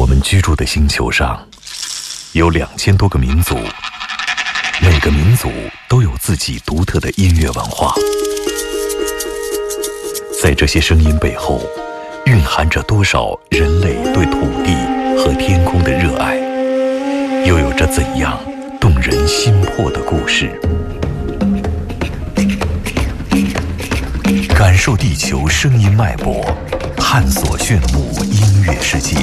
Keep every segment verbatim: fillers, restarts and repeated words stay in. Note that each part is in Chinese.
我们居住的星球上，有两千多个民族，每个民族都有自己独特的音乐文化。在这些声音背后，蕴含着多少人类对土地和天空的热爱，又有着怎样动人心魄的故事？感受地球声音脉搏，探索炫目音乐世界。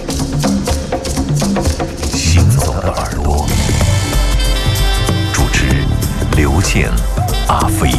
行走的耳朵，主持刘健、阿飞。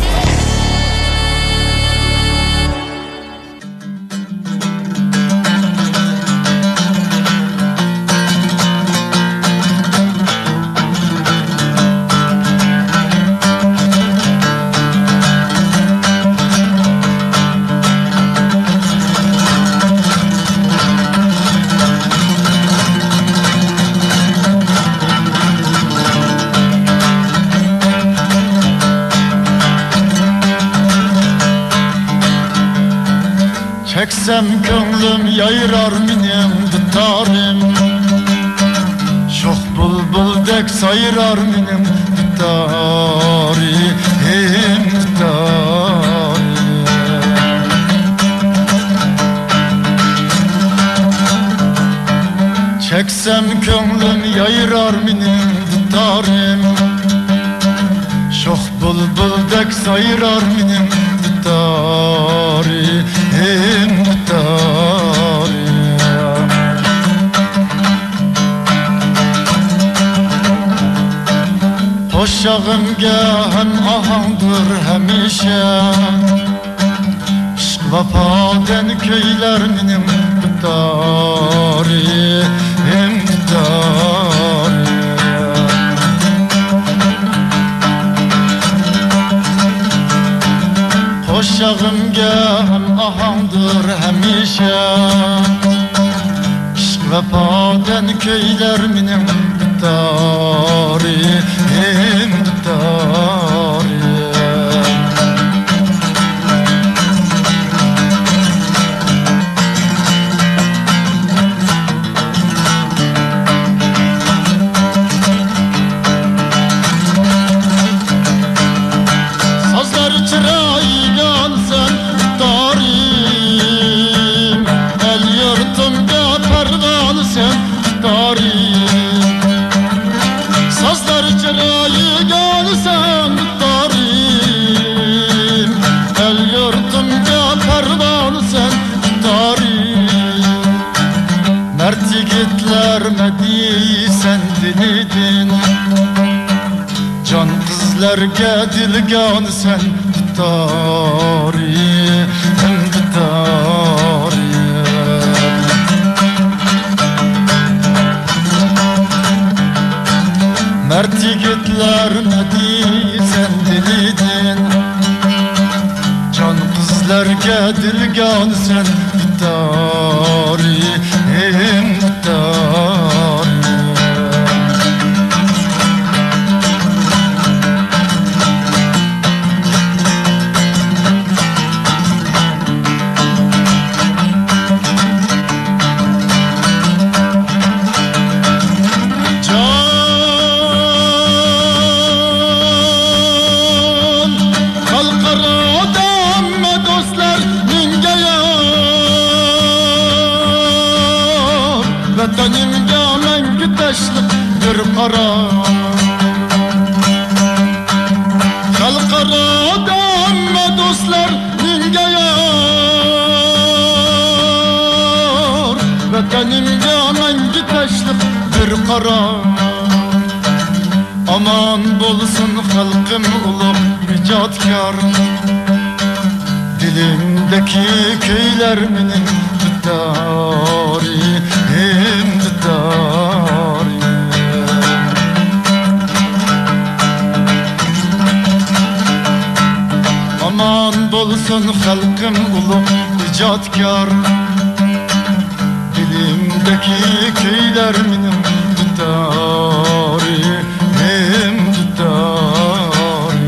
Çeksem könlüm yayrar minem tutarım Şoh bulbuldek sayrar minem tutarım tutarım Çeksem könlüm yayrar minem tutarım Şoh bulbuldek sayrar minem tutarım Hoşağımga hem ahandır hemişe Şık vafaden köyler minim tutarı hem tutarı Hoşağımga hem ahandır hemişe Şık vafaden köyler minim tutarı hem tutarı Sazlar çıraygan sen tutarım El yurtumda pervan sen tutarım Sazlar çıraygan sen tutarım El yurtumda pervan sen tutarım Mert yigitler mediyi sen dinledin Can kızlarga dilgan sen tutarım tutarım Mert yigitler mediyi sen dinledin Can kızlarga dilgan sen tutarım tutarım Vatanimga mangu tashliq bir qara Xalqaroda hamma do'stlar menga yor Vatanimga mangu tashliq bir qara Aman bo'lsin xalqim ulug' ijodkor Dilimdagi kuylar mening tutarı hem tutarı Aman bo'lsin xalqim ulug' ijodkor Dilimdagi kuylar mening tutarı hem tutarı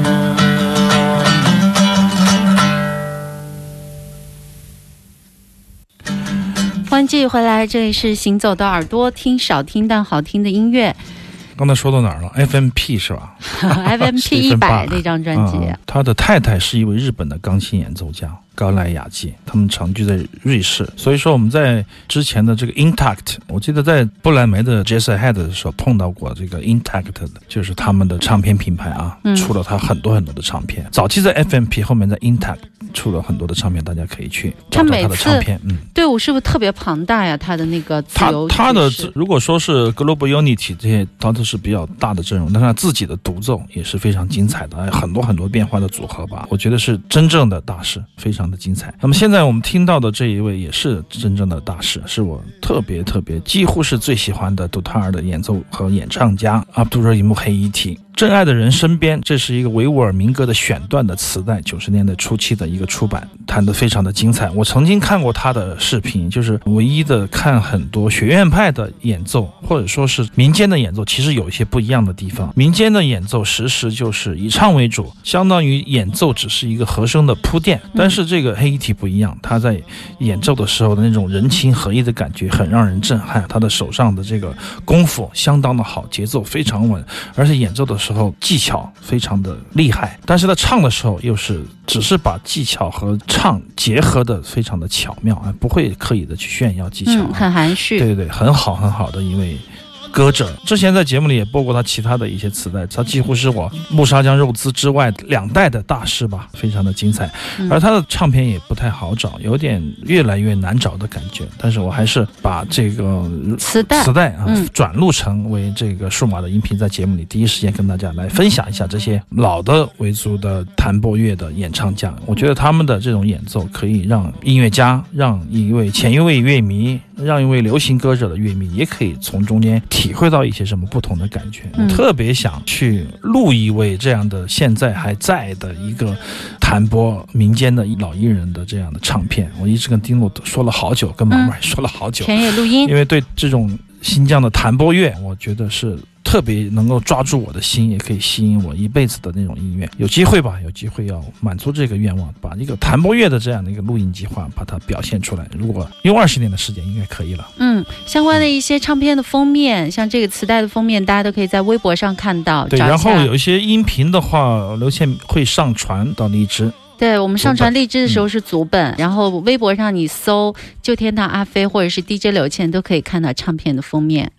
欢迎继续回来，这里是行走的耳朵，听少听但好听的音乐。 刚才说到哪儿了 ？F M P 是吧 ？F M P 一百那张专辑、 嗯。他的太太是一位日本的钢琴演奏家高濑雅纪，他们常居在瑞士。所以说我们在之前的这个 Intact， 我记得在布兰梅的 Jazz Ahead 的时候碰到过这个 Intact 的，就是他们的唱片品牌啊，嗯、出了他很多很多的唱片。早期在 F M P， 后面在 Intact 出了很多的唱片，大家可以去找找他的唱片。嗯， 队伍是不是特别庞大呀？他的那个自由他他的如果说是 Global Unity 这些，他都是比较大的阵容，但是他自己的独奏也是非常精彩的，很多很多变化的组合吧，我觉得是真正的大师，非常的精彩。那么现在我们听到的这一位也是真正的大师，是我特别特别几乎是最喜欢的杜塔尔的演奏和演唱家 Abdurrahim Hayati。真爱的人身边，这是一个维吾尔民歌的选段的磁带，九十年代初期的一个出版，弹得非常的精彩。我曾经看过他的视频，就是唯一的看很多学院派的演奏，或者说是民间的演奏，其实有一些不一样的地方。民间的演奏实时就是以唱为主，相当于演奏只是一个和声的铺垫，但是这个黑衣体不一样，他在演奏的时候的那种人情合一的感觉很让人震撼，他的手上的这个功夫相当的好，节奏非常稳，而且演奏的时候技巧非常的厉害，但是他唱的时候又是只是把技巧和唱结合的非常的巧妙，不会刻意的去炫耀技巧、 嗯、很含蓄， 对对对，很好很好的一位歌者。之前在节目里也播过他其他的一些磁带，他几乎是我木沙江肉孜之外两代的大师吧，非常的精彩。而他的唱片也不太好找，有点越来越难找的感觉，但是我还是把这个磁带磁带啊、嗯、转录成为这个数码的音频，在节目里第一时间跟大家来分享一下这些老的维族的弹拨乐的演唱家。我觉得他们的这种演奏可以让音乐家，让一位前一位乐迷，让一位流行歌者的乐迷也可以从中间体会到一些什么不同的感觉。我特别想去录一位这样的现在还在的一个弹拨民间的老艺人的这样的唱片。我一直跟丁路说了好久，跟毛毛也说了好久， 田野录音， 因为对这种新疆的弹拨乐，我觉得是特别能够抓住我的心，也可以吸引我一辈子的那种音乐。有机会吧，有机会要满足这个愿望，把一个弹拨乐的这样的一个录音计划把它表现出来。如果用二十年的时间应该可以了。 嗯，相关的一些唱片的封面，像这个磁带的封面，大家都可以在微博上看到。 对，然后有一些音频的话，刘倩会上传到荔枝。 对，我们上传荔枝的时候是足本、嗯、然后微博上你搜就天堂阿飞或者是 D J 刘倩都可以看到唱片的封面。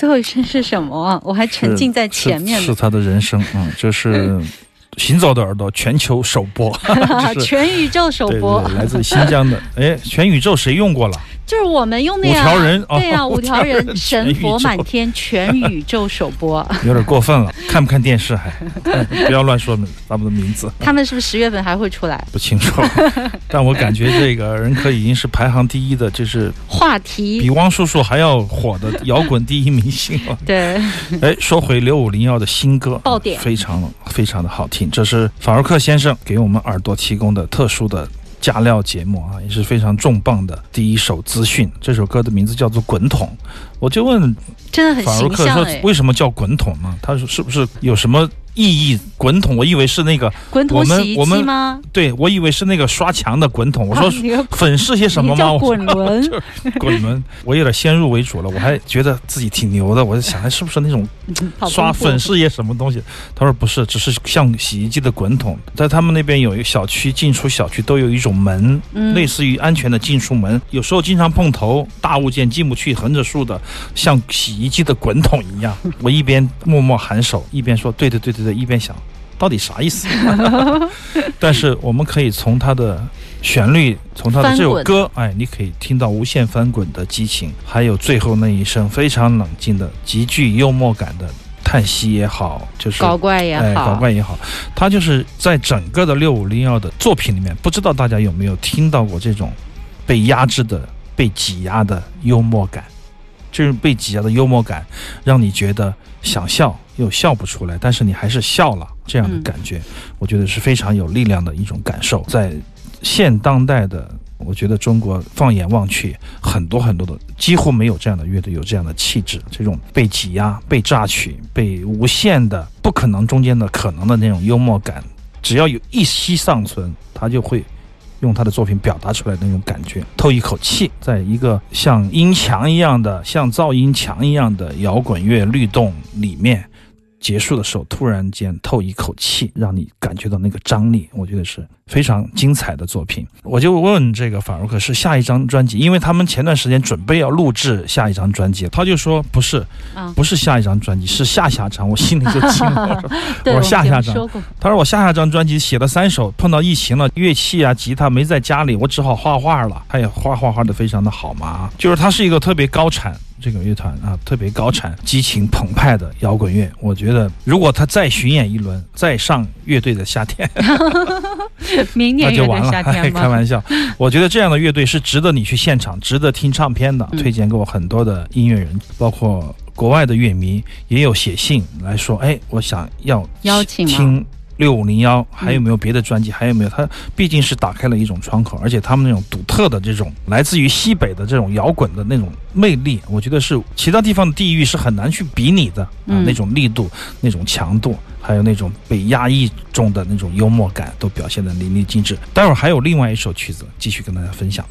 最后一声是什么啊？我还沉浸在前面是，是他的人生啊、嗯，这是行走的耳朵全球首播， 全宇宙首播， 对对，来自新疆的。哎，全宇宙谁用过了？ 就是我们用的呀， 五条人， 对呀、啊，五条人， 人神佛满天，全宇宙首播， 有点过分了。看不看电视还？不要乱说他们的名字。 他们是不是十月份还会出来？ 不清楚，但我感觉这个人可以已经是排行第一的，就是话题比汪叔叔还要火的摇滚第一明星了。 对， 哎，说回六五零幺的新歌， 爆点， 非常非常的好听。这是法如克先生给我们耳朵提供的特殊的加料节目啊，也是非常重磅的第一手资讯。这首歌的名字叫做《滚筒》，我就问， 真的很法如克说为什么叫滚筒呢？他说是不是有什么意义？滚筒，我以为是那个滚筒洗衣机吗？ 对，我以为是那个刷墙的滚筒。我说粉饰些什么吗？ 滚轮， 滚轮。我有点先入为主了，我还觉得自己挺牛的，我就想，哎，是不是那种刷粉饰些什么东西？他说不是，只是像洗衣机的滚筒。在他们那边有一个小区，进出小区都有一种门， 嗯、 类似于安全的进出门，有时候经常碰头，大物件进不去，横着竖的，像洗衣机的滚筒一样。我一边默默颔首，一边说对对对对对，一边想。到底啥意思？但是我们可以从它的旋律，从它的这首歌，哎，你可以听到无限翻滚的激情，还有最后那一声非常冷静的、极具幽默感的叹息也好，就是搞怪也好， 哎，搞怪也好，它就是在整个的六五零幺的作品里面，不知道大家有没有听到过这种被压制的、被挤压的幽默感。这种被挤压的幽默感，让你觉得想笑又笑不出来，但是你还是笑了，这样的感觉，嗯、我觉得是非常有力量的一种感受。在现当代的，我觉得中国放眼望去，很多很多的几乎没有这样的乐队有这样的气质，这种被挤压、被榨取、被无限的不可能中间的可能的那种幽默感，只要有一息尚存，它就会用他的作品表达出来的那种感觉，透一口气，在一个像音墙一样的、像噪音墙一样的摇滚乐律动里面，结束的时候突然间透一口气，让你感觉到那个张力，我觉得是非常精彩的作品。我就问这个法如克是下一张专辑，因为他们前段时间准备要录制下一张专辑，他就说不是，啊、不是下一张专辑，是下下张。我心里就惊了，我说下下张。他说我下下张专辑写了三首，碰到疫情了，乐器啊、吉他没在家里，我只好画画了。他也画画画的非常的好嘛，就是他是一个特别高产。这个乐团啊，特别高产、激情澎湃的摇滚乐，我觉得如果他再巡演一轮，再上乐队的夏天， 明年乐队夏天吗？ 开玩笑，我觉得这样的乐队是值得你去现场、值得听唱片的。嗯、推荐给我很多的音乐人，包括国外的乐迷也有写信来说，哎，我想要邀请听六五零幺，还有没有别的专辑？嗯、还有没有？它毕竟是打开了一种窗口，而且他们那种独特的这种来自于西北的这种摇滚的那种魅力，我觉得是其他地方的地域是很难去比拟的啊！ 嗯、 那种力度、那种强度，还有那种被压抑中的那种幽默感，都表现得淋漓尽致。待会儿还有另外一首曲子继续跟大家分享。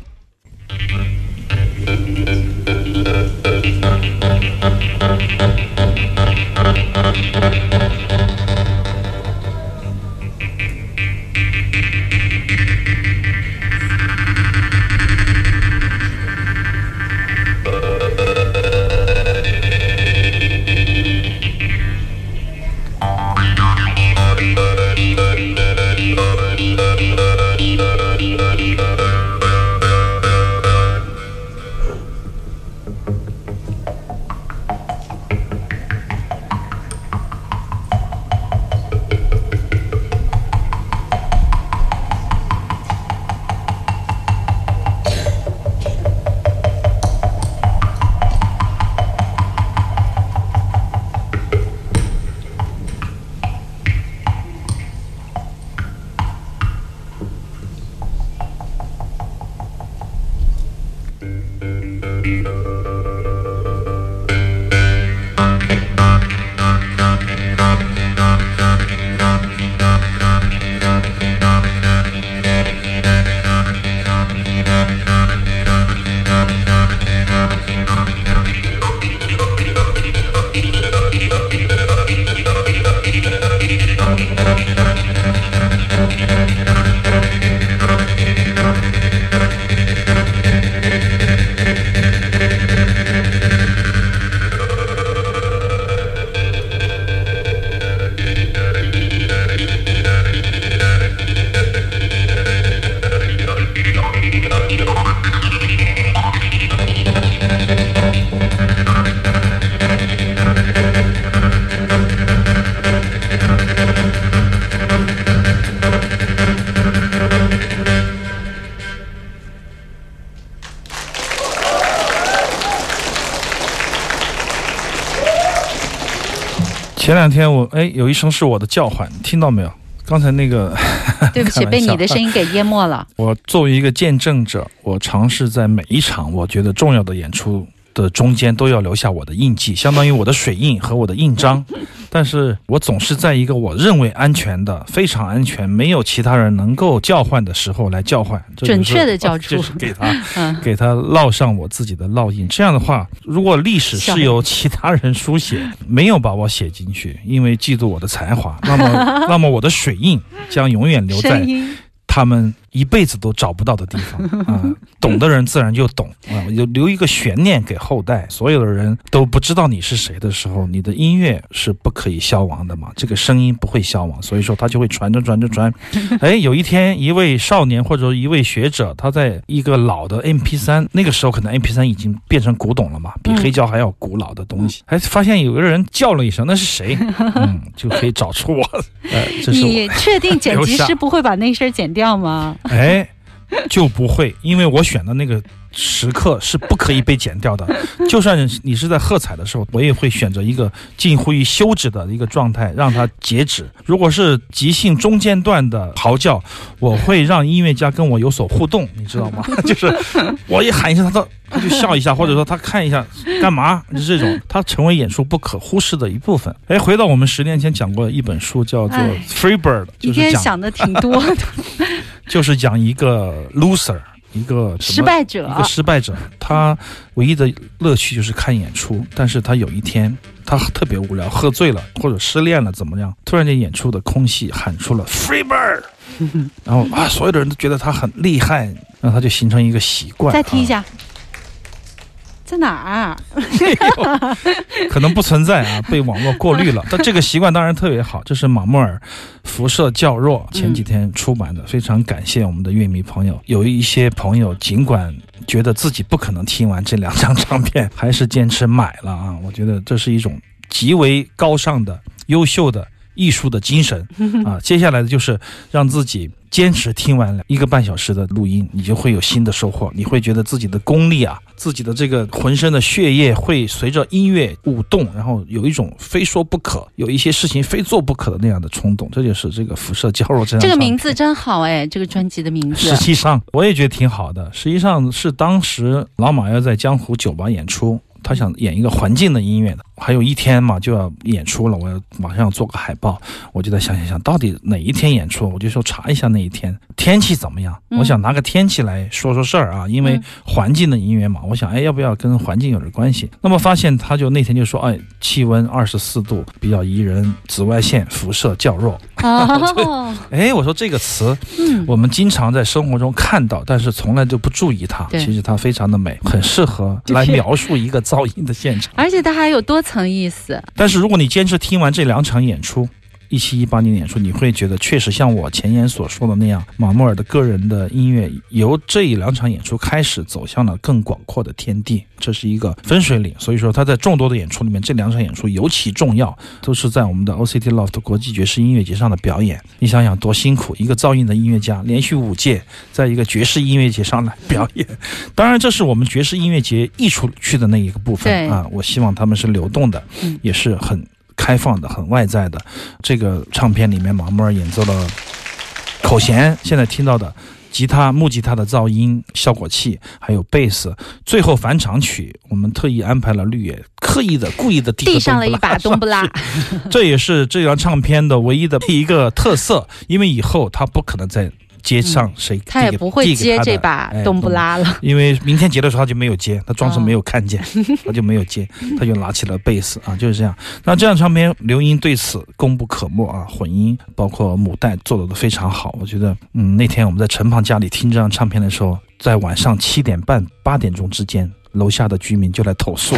前两天我哎有一声是我的叫唤，听到没有？刚才那个对不起，被你的声音给淹没了。 我作为一个见证者，我尝试在每一场我觉得重要的演出的中间都要留下我的印记，相当于我的水印和我的印章。但是我总是在一个我认为安全的、非常安全、没有其他人能够叫唤的时候来叫唤， 准确的叫出， 就是给他、嗯、给他烙上我自己的烙印。这样的话，如果历史是由其他人书写，没有把我写进去，因为嫉妒我的才华，那么那么我的水印将永远留在他们一辈子都找不到的地方啊！懂的人自然就懂啊，留留一个悬念给后代，所有的人都不知道你是谁的时候，你的音乐是不可以消亡的嘛，这个声音不会消亡，所以说它就会传着传着传。哎，有一天一位少年或者一位学者，他在一个老的 M P 三， 那个时候可能 M P 三 已经变成古董了嘛，比黑胶还要古老的东西，还发现有个人叫了一声，那是谁？嗯，就可以找出我。呃，这是我你确定剪辑师不会把那声剪掉吗？ 哎，就不会，因为我选的那个时刻是不可以被剪掉的。就算你是在喝彩的时候，我也会选择一个近乎于休止的一个状态，让它截止。如果是即兴中间段的嚎叫，我会让音乐家跟我有所互动，你知道吗？就是我一喊一声，他他就笑一下，或者说他看一下干嘛，就是这种，它成为演出不可忽视的一部分。哎，回到我们十年前讲过的一本书，叫做《Free Bird》， 一天想的挺多的， 就是讲一个 loser。一个失败者， 一个失败者，他唯一的乐趣就是看演出。但是他有一天，他特别无聊，喝醉了或者失恋了，怎么样？突然间演出的空隙喊出了 "Free Bird"， 然后啊，所有的人都觉得他很厉害，然后他就形成一个习惯。 再听一下。啊在哪儿？ 可能不存在啊，被网络过滤了。但这个习惯当然特别好，这是马莫尔辐射较弱前几天出版的，嗯、非常感谢我们的乐迷朋友。有一些朋友尽管觉得自己不可能听完这两张唱片，还是坚持买了啊。我觉得这是一种极为高尚的、优秀的艺术的精神啊。接下来的就是让自己坚持听完一个半小时的录音，你就会有新的收获。你会觉得自己的功力啊，自己的这个浑身的血液会随着音乐舞动，然后有一种非说不可，有一些事情非做不可的那样的冲动。这就是这个辐射较弱这样。 这个名字真好哎，这个专辑的名字。 实际上我也觉得挺好的。实际上是当时老马要在江湖酒吧演出，他想演一个环境的音乐的，还有一天嘛就要演出了，我要马上要做个海报，我就在想想想到底哪一天演出，我就说查一下那一天天气怎么样，嗯、我想拿个天气来说说事儿啊，因为环境的音乐嘛，我想哎要不要跟环境有点关系？那么发现他就那天就说哎气温二十四度比较宜人，紫外线辐射较弱。哦，哎，我说这个词，嗯，我们经常在生活中看到，但是从来就不注意它。其实它非常的美，很适合来描述一个噪音的现场， 而且它还有多层意思。 但是如果你坚持听完这两场演出，一七一八年演出，你会觉得确实像我前言所说的那样，马莫尔的个人的音乐由这两场演出开始走向了更广阔的天地，这是一个分水岭。所以说他在众多的演出里面，这两场演出尤其重要，都是在我们的 O C T Loft 国际爵士音乐节上的表演。你想想多辛苦，一个噪音的音乐家连续五届在一个爵士音乐节上来表演。当然这是我们爵士音乐节溢出去的那一个部分啊，我希望他们是流动的，嗯、也是很开放的，很外在的。这个唱片里面马莫尔演奏了口弦，现在听到的吉他、木吉他的噪音、效果器，还有贝斯。最后返场曲我们特意安排了绿野，刻意的故意的递上了一把冬不拉， 这也是这张唱片的唯一的一个特色，因为以后他不可能再接上谁、嗯、 他也不会接这把冬不拉了、哎、 因为明天接的时候他就没有接，他装成没有看见、哦、他就没有接，他就拿起了贝斯啊，就是这样。那这样唱片刘英对此功不可没啊，混音包括母带做的都非常好。我觉得嗯，那天我们在陈胖家里听这张唱片的时候，在晚上七点半八点钟之间，楼下的居民就来投诉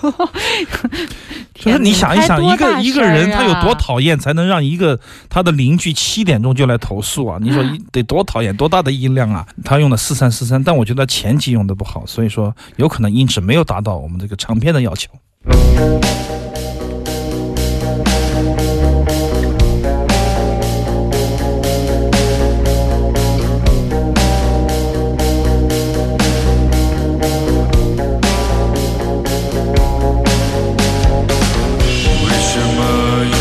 就是你想一想，一个一个人他有多讨厌，才能让一个他的邻居七点钟就来投诉啊？你说得多讨厌，多大的音量啊？他用的四三四三，但我觉得前期用的不好，所以说有可能音质没有达到我们这个唱片的要求。 为什么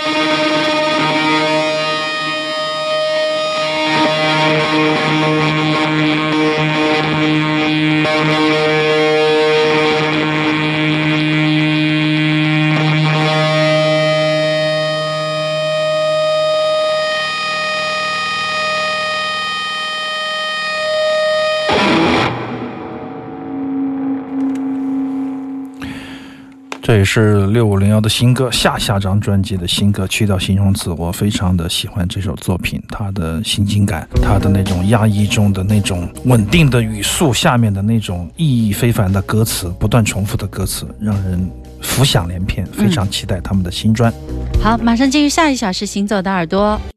这也是六五零幺的新歌，下下张专辑的新歌，去掉形容词，我非常的喜欢这首作品，它的心情感，它的那种压抑中的那种稳定的语速下面的那种意义非凡的歌词，不断重复的歌词，让人浮想联翩，非常期待他们的新专。 好，马上进入下一小时行走的耳朵。